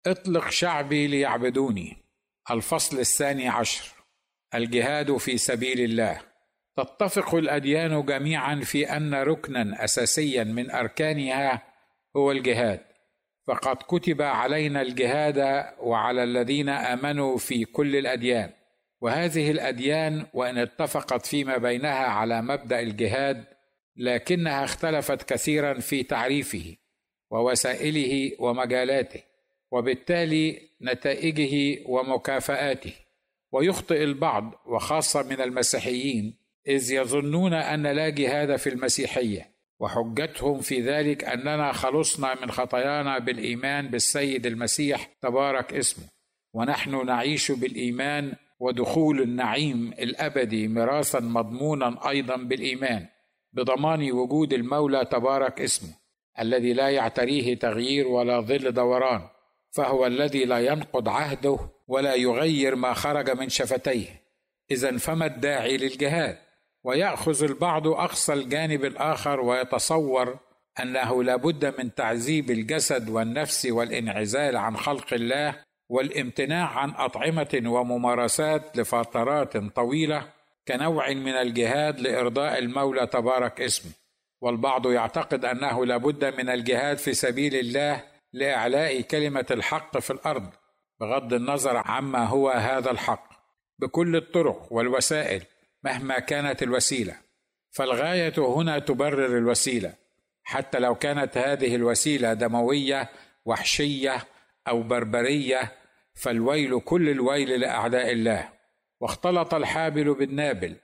اطلق شعبي ليعبدوني. الفصل 12. الجهاد في سبيل الله. تتفق الأديان جميعا في أن ركنا أساسيا من أركانها هو الجهاد، فقد كتب علينا الجهاد وعلى الذين آمنوا في كل الأديان. وهذه الأديان وإن اتفقت فيما بينها على مبدأ الجهاد، لكنها اختلفت كثيرا في تعريفه ووسائله ومجالاته، وبالتالي نتائجه ومكافآته. ويخطئ البعض وخاصة من المسيحيين إذ يظنون أن لا جهاد في المسيحية، وحجتهم في ذلك أننا خلصنا من خطايانا بالإيمان بالسيد المسيح تبارك اسمه، ونحن نعيش بالإيمان ودخول النعيم الأبدي ميراثا مضمونا أيضا بالإيمان، بضمان وجود المولى تبارك اسمه الذي لا يعتريه تغيير ولا ظل دوران، فهو الذي لا ينقض عهده ولا يغير ما خرج من شفتيه. إذن فما الداعي للجهاد؟ ويأخذ البعض أقصى الجانب الآخر ويتصور أنه لابد من تعذيب الجسد والنفس والانعزال عن خلق الله والامتناع عن أطعمة وممارسات لفترات طويلة كنوع من الجهاد لإرضاء المولى تبارك اسمه. والبعض يعتقد أنه لابد من الجهاد في سبيل الله لإعلاء كلمة الحق في الأرض، بغض النظر عما هو هذا الحق، بكل الطرق والوسائل مهما كانت الوسيلة. فالغاية هنا تبرر الوسيلة، حتى لو كانت هذه الوسيلة دموية وحشية أو بربرية، فالويل كل الويل لأعداء الله. واختلط الحابل بالنابل،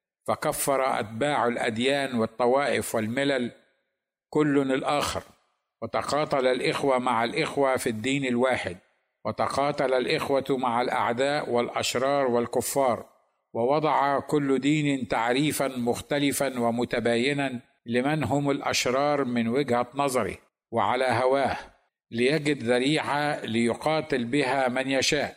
فكفر أتباع الأديان والطوائف والملل كل الآخر، وتقاتل الإخوة مع الإخوة في الدين الواحد، وتقاتل الإخوة مع الأعداء والأشرار والكفار، ووضع كل دين تعريفا مختلفا ومتباينا لمن هم الأشرار من وجهة نظره وعلى هواه، ليجد ذريعة ليقاتل بها من يشاء.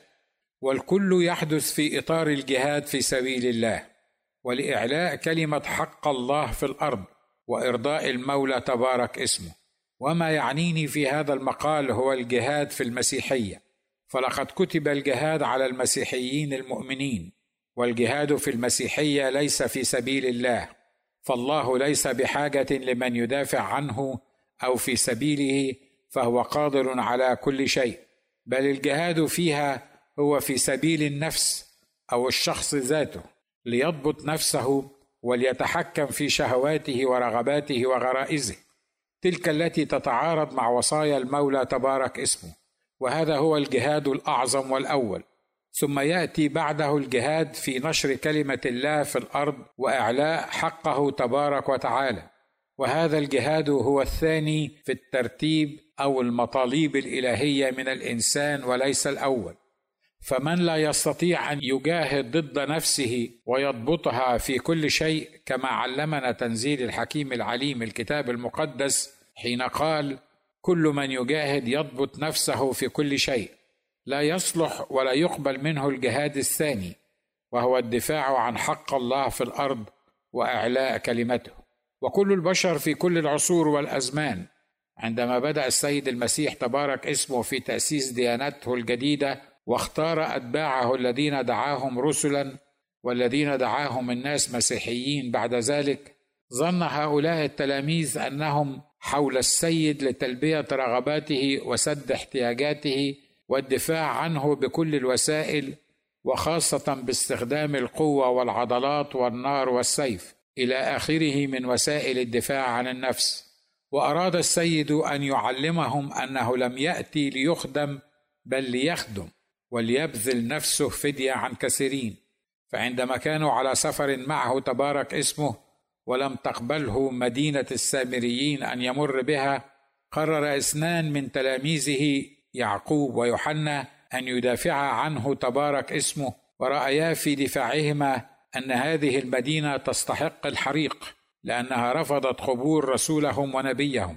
والكل يحدث في إطار الجهاد في سبيل الله ولإعلاء كلمة حق الله في الأرض وإرضاء المولى تبارك اسمه. وما يعنيني في هذا المقال هو الجهاد في المسيحية، فلقد كتب الجهاد على المسيحيين المؤمنين، والجهاد في المسيحية ليس في سبيل الله، فالله ليس بحاجة لمن يدافع عنه أو في سبيله، فهو قادر على كل شيء، بل الجهاد فيها هو في سبيل النفس أو الشخص ذاته، ليضبط نفسه وليتحكم في شهواته ورغباته وغرائزه، تلك التي تتعارض مع وصايا المولى تبارك اسمه. وهذا هو الجهاد الأعظم والأول. ثم يأتي بعده الجهاد في نشر كلمة الله في الأرض وإعلاء حقه تبارك وتعالى، وهذا الجهاد هو الثاني في الترتيب أو المطالب الإلهية من الإنسان وليس الأول. فمن لا يستطيع أن يجاهد ضد نفسه ويضبطها في كل شيء كما علمنا تنزيل الحكيم العليم الكتاب المقدس حين قال: كل من يجاهد يضبط نفسه في كل شيء، لا يصلح ولا يقبل منه الجهاد الثاني، وهو الدفاع عن حق الله في الأرض وإعلاء كلمته. وكل البشر في كل العصور والأزمان، عندما بدأ السيد المسيح تبارك اسمه في تأسيس ديانته الجديدة واختار أتباعه الذين دعاهم رسلا والذين دعاهم الناس مسيحيين بعد ذلك، ظن هؤلاء التلاميذ أنهم حول السيد لتلبية رغباته وسد احتياجاته والدفاع عنه بكل الوسائل، وخاصة باستخدام القوة والعضلات والنار والسيف إلى آخره من وسائل الدفاع عن النفس. وأراد السيد أن يعلمهم أنه لم يأتي ليخدم بل ليخدم وليبذل نفسه فدية عن كثيرين. فعندما كانوا على سفر معه تبارك اسمه ولم تقبله مدينة السامريين أن يمر بها، قرر 2 من تلاميذه يعقوب ويوحنا أن يدافعا عنه تبارك اسمه، ورأيا في دفاعهما أن هذه المدينة تستحق الحريق لأنها رفضت قبول رسولهم ونبيهم،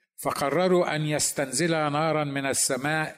فقرروا أن يستنزلا نارا من السماء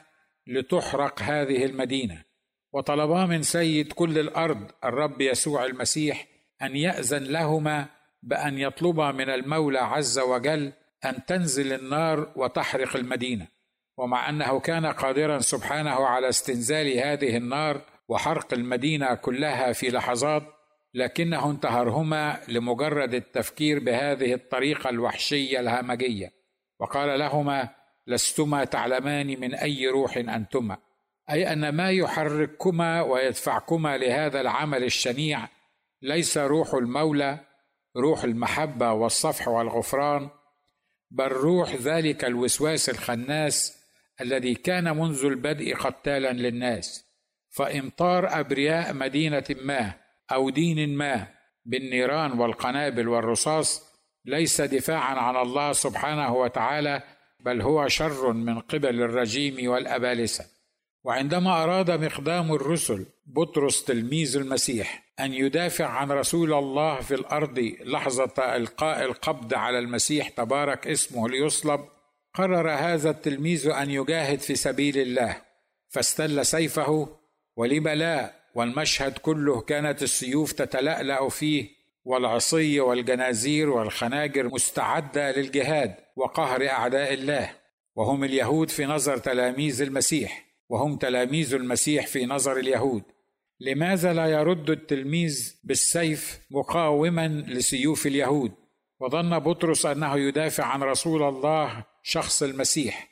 لتحرق هذه المدينة، وطلبا من سيد كل الأرض الرب يسوع المسيح أن يأذن لهما بأن يطلبا من المولى عز وجل أن تنزل النار وتحرق المدينة. ومع أنه كان قادرا سبحانه على استنزال هذه النار وحرق المدينة كلها في لحظات، لكنه انتهرهما لمجرد التفكير بهذه الطريقة الوحشية الهمجية، وقال لهما: لستما تعلمان من أي روح أنتما، أي أن ما يحرككما ويدفعكما لهذا العمل الشنيع ليس روح المولى، روح المحبة والصفح والغفران، بل روح ذلك الوسواس الخناس الذي كان منذ البدء قتالا للناس. فإمطار أبرياء مدينة ما أو دين ما بالنيران والقنابل والرصاص ليس دفاعا عن الله سبحانه وتعالى، بل هو شر من قبل الرجيم والأبالسة. وعندما أراد مقدام الرسل بطرس تلميذ المسيح أن يدافع عن رسول الله في الأرض لحظة إلقاء القبض على المسيح تبارك اسمه ليصلب، قرر هذا التلميذ أن يجاهد في سبيل الله، فاستل سيفه، ولم لا، والمشهد كله كانت السيوف تتلألأ فيه، والعصي والجنازير والخناجر مستعدة للجهاد وقهر أعداء الله، وهم اليهود في نظر تلاميذ المسيح، وهم تلاميذ المسيح في نظر اليهود. لماذا لا يرد التلميذ بالسيف مقاوما لسيوف اليهود؟ وظن بطرس أنه يدافع عن رسول الله شخص المسيح،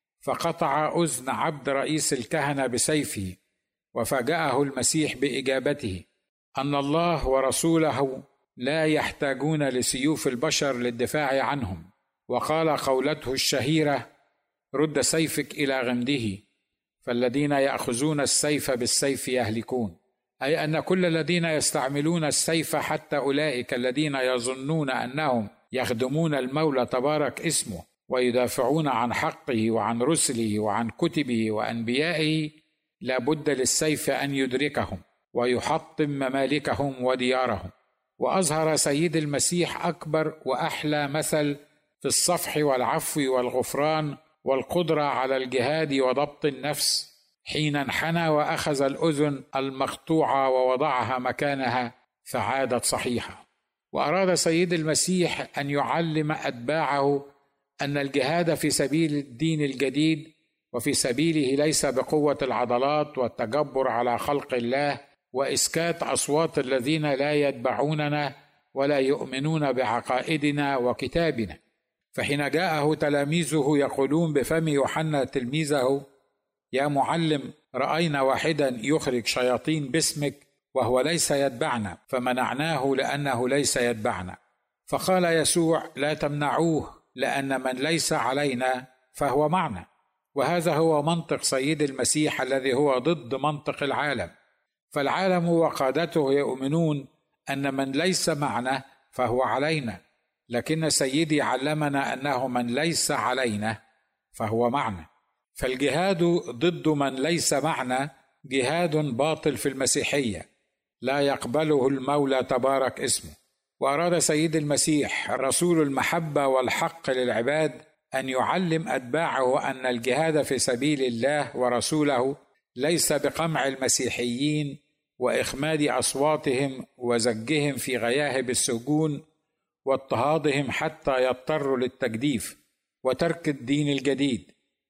فقطع أذن عبد رئيس الكهنة بسيفه، وفاجأه المسيح بإجابته أن الله ورسوله لا يحتاجون لسيوف البشر للدفاع عنهم، وقال قولته الشهيرة: رد سيفك إلى غمده، فالذين يأخذون السيف بالسيف يهلكون، أي أن كل الذين يستعملون السيف، حتى أولئك الذين يظنون أنهم يخدمون المولى تبارك اسمه ويدافعون عن حقه وعن رسله وعن كتبه وأنبيائه، لا بد للسيف أن يدركهم ويحطم ممالكهم وديارهم. وأظهر سيد المسيح أكبر وأحلى مثل في الصفح والعفو والغفران والقدرة على الجهاد وضبط النفس، حين انحنى وأخذ الأذن المقطوعة ووضعها مكانها فعادت صحيحة. وأراد سيد المسيح أن يعلم أتباعه أن الجهاد في سبيل الدين الجديد وفي سبيله ليس بقوة العضلات والتجبر على خلق الله وإسكات أصوات الذين لا يتبعوننا ولا يؤمنون بعقائدنا وكتابنا. فحين جاءه تلاميذه يقولون بفم يوحنا تلميذه: يا معلم، رأينا واحدا يخرج شياطين باسمك وهو ليس يتبعنا، فمنعناه لأنه ليس يتبعنا. فقال يسوع: لا تمنعوه، لأن من ليس علينا فهو معنا. وهذا هو منطق سيد المسيح الذي هو ضد منطق العالم. فالعالم وقادته يؤمنون أن من ليس معنا فهو علينا، لكن سيدي علمنا أنه من ليس علينا فهو معنا. فالجهاد ضد من ليس معنا جهاد باطل في المسيحية، لا يقبله المولى تبارك اسمه. وأراد سيد المسيح رسول المحبة والحق للعباد أن يعلم أتباعه أن الجهاد في سبيل الله ورسوله ليس بقمع المسيحيين وإخماد أصواتهم وزجهم في غياهب السجون واضطهادهم حتى يضطروا للتجديف وترك الدين الجديد،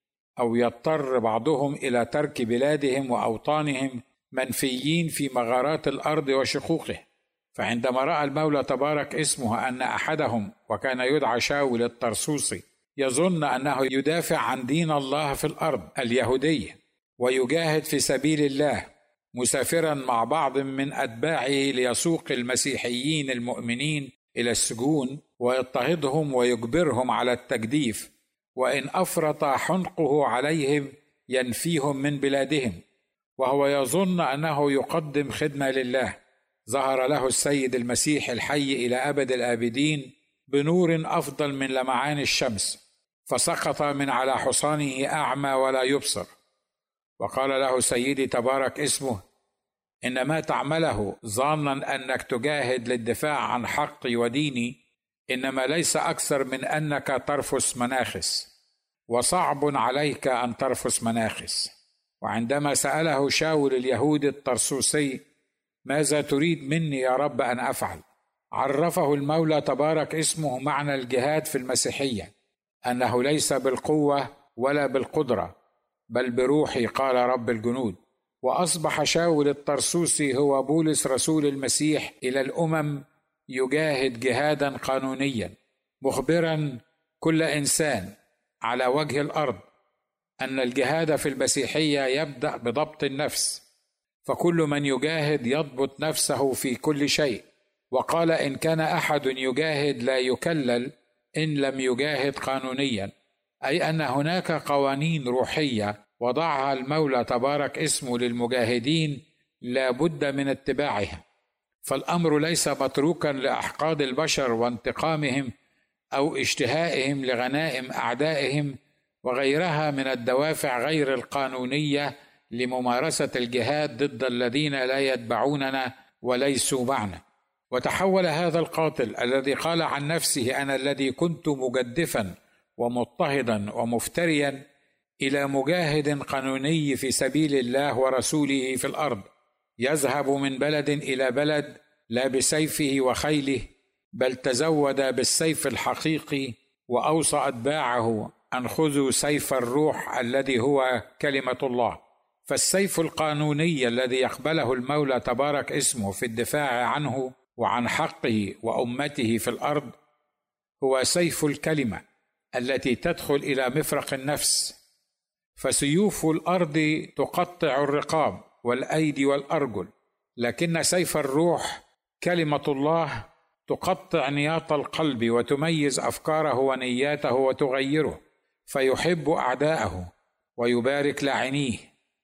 أو يضطر بعضهم إلى ترك بلادهم وأوطانهم منفيين في مغارات الأرض وشقوقه. فعندما رأى المولى تبارك اسمه أن أحدهم، وكان يدعى شاول الطرسوسي، يظن أنه يدافع عن دين الله في الأرض اليهودية ويجاهد في سبيل الله مسافرا مع بعض من أتباعه ليسوق المسيحيين المؤمنين إلى السجون ويضطهدهم ويجبرهم على التجديف، وإن أفرط حنقه عليهم ينفيهم من بلادهم، وهو يظن أنه يقدم خدمة لله، ظهر له السيد المسيح الحي إلى أبد الآبدين بنور أفضل من لمعان الشمس، فسقط من على حصانه أعمى ولا يبصر. وقال له سيدي تبارك اسمه: إن ما تعمله ظانا أنك تجاهد للدفاع عن حقي وديني إنما ليس أكثر من أنك ترفس مناخس، وصعب عليك أن ترفس مناخس. وعندما سأله شاول اليهودي الطرسوسي: ماذا تريد مني يا رب أن أفعل؟ عرفه المولى تبارك اسمه معنى الجهاد في المسيحية، أنه ليس بالقوة ولا بالقدرة، بل بروحي، قال رب الجنود. وأصبح شاول الطرسوسي هو بولس رسول المسيح إلى الأمم، يجاهد جهادا قانونيا، مخبرا كل إنسان على وجه الأرض أن الجهاد في المسيحية يبدأ بضبط النفس، فكل من يجاهد يضبط نفسه في كل شيء. وقال: إن كان أحد يجاهد لا يكلل إن لم يجاهد قانونيا، أي أن هناك قوانين روحية وضعها المولى تبارك اسمه للمجاهدين لا بد من اتباعها. فالأمر ليس متروكا لأحقاد البشر وانتقامهم أو اشتهائهم لغنائم أعدائهم وغيرها من الدوافع غير القانونية لممارسة الجهاد ضد الذين لا يتبعوننا وليسوا معنا. وتحول هذا القاتل الذي قال عن نفسه: أنا الذي كنت مجدفا ومضطهدا ومفتريا، إلى مجاهد قانوني في سبيل الله ورسوله في الأرض، يذهب من بلد إلى بلد لا بسيفه وخيله، بل تزود بالسيف الحقيقي، وأوصى أتباعه أن خذوا سيف الروح الذي هو كلمة الله. فالسيف القانوني الذي يقبله المولى تبارك اسمه في الدفاع عنه وعن حقه وأمته في الأرض هو سيف الكلمة التي تدخل إلى مفرق النفس. فسيوف الأرض تقطع الرقاب والأيدي والأرجل، لكن سيف الروح كلمة الله تقطع نياط القلب وتميز أفكاره ونياته وتغيره، فيحب أعداءه ويبارك لاعنيه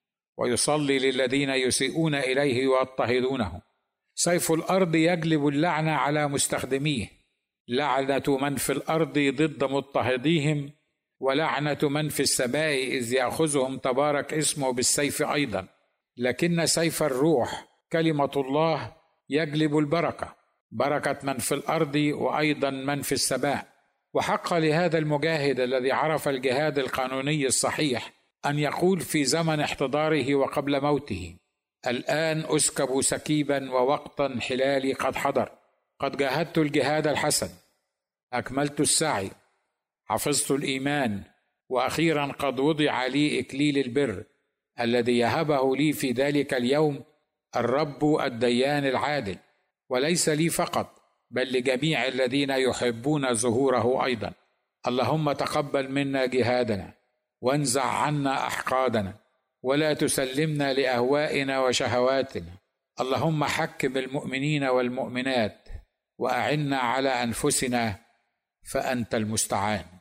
ويصلي للذين يسيئون إليه ويضطهدونه. سيف الأرض يجلب اللعنة على مستخدميه، لعنة من في الأرض ضد مضطهديهم، ولعنة من في السماء إذ يأخذهم تبارك اسمه بالسيف أيضا. لكن سيف الروح كلمة الله يجلب البركة، بركة من في الأرض وأيضا من في السماء. وحق لهذا المجاهد الذي عرف الجهاد القانوني الصحيح أن يقول في زمن احتضاره وقبل موته: الآن أسكب سكيبا ووقتا حلالي قد حضر، قد جاهدت الجهاد الحسن، أكملت السعي، حفظت الإيمان، وأخيرا قد وضع لي إكليل البر الذي يهبه لي في ذلك اليوم الرب الديان العادل، وليس لي فقط بل لجميع الذين يحبون ظهوره أيضا. اللهم تقبل منا جهادنا وانزع عنا أحقادنا، ولا تسلمنا لأهوائنا وشهواتنا. اللهم حكم المؤمنين والمؤمنات وأعنا على أنفسنا، فأنت المستعان.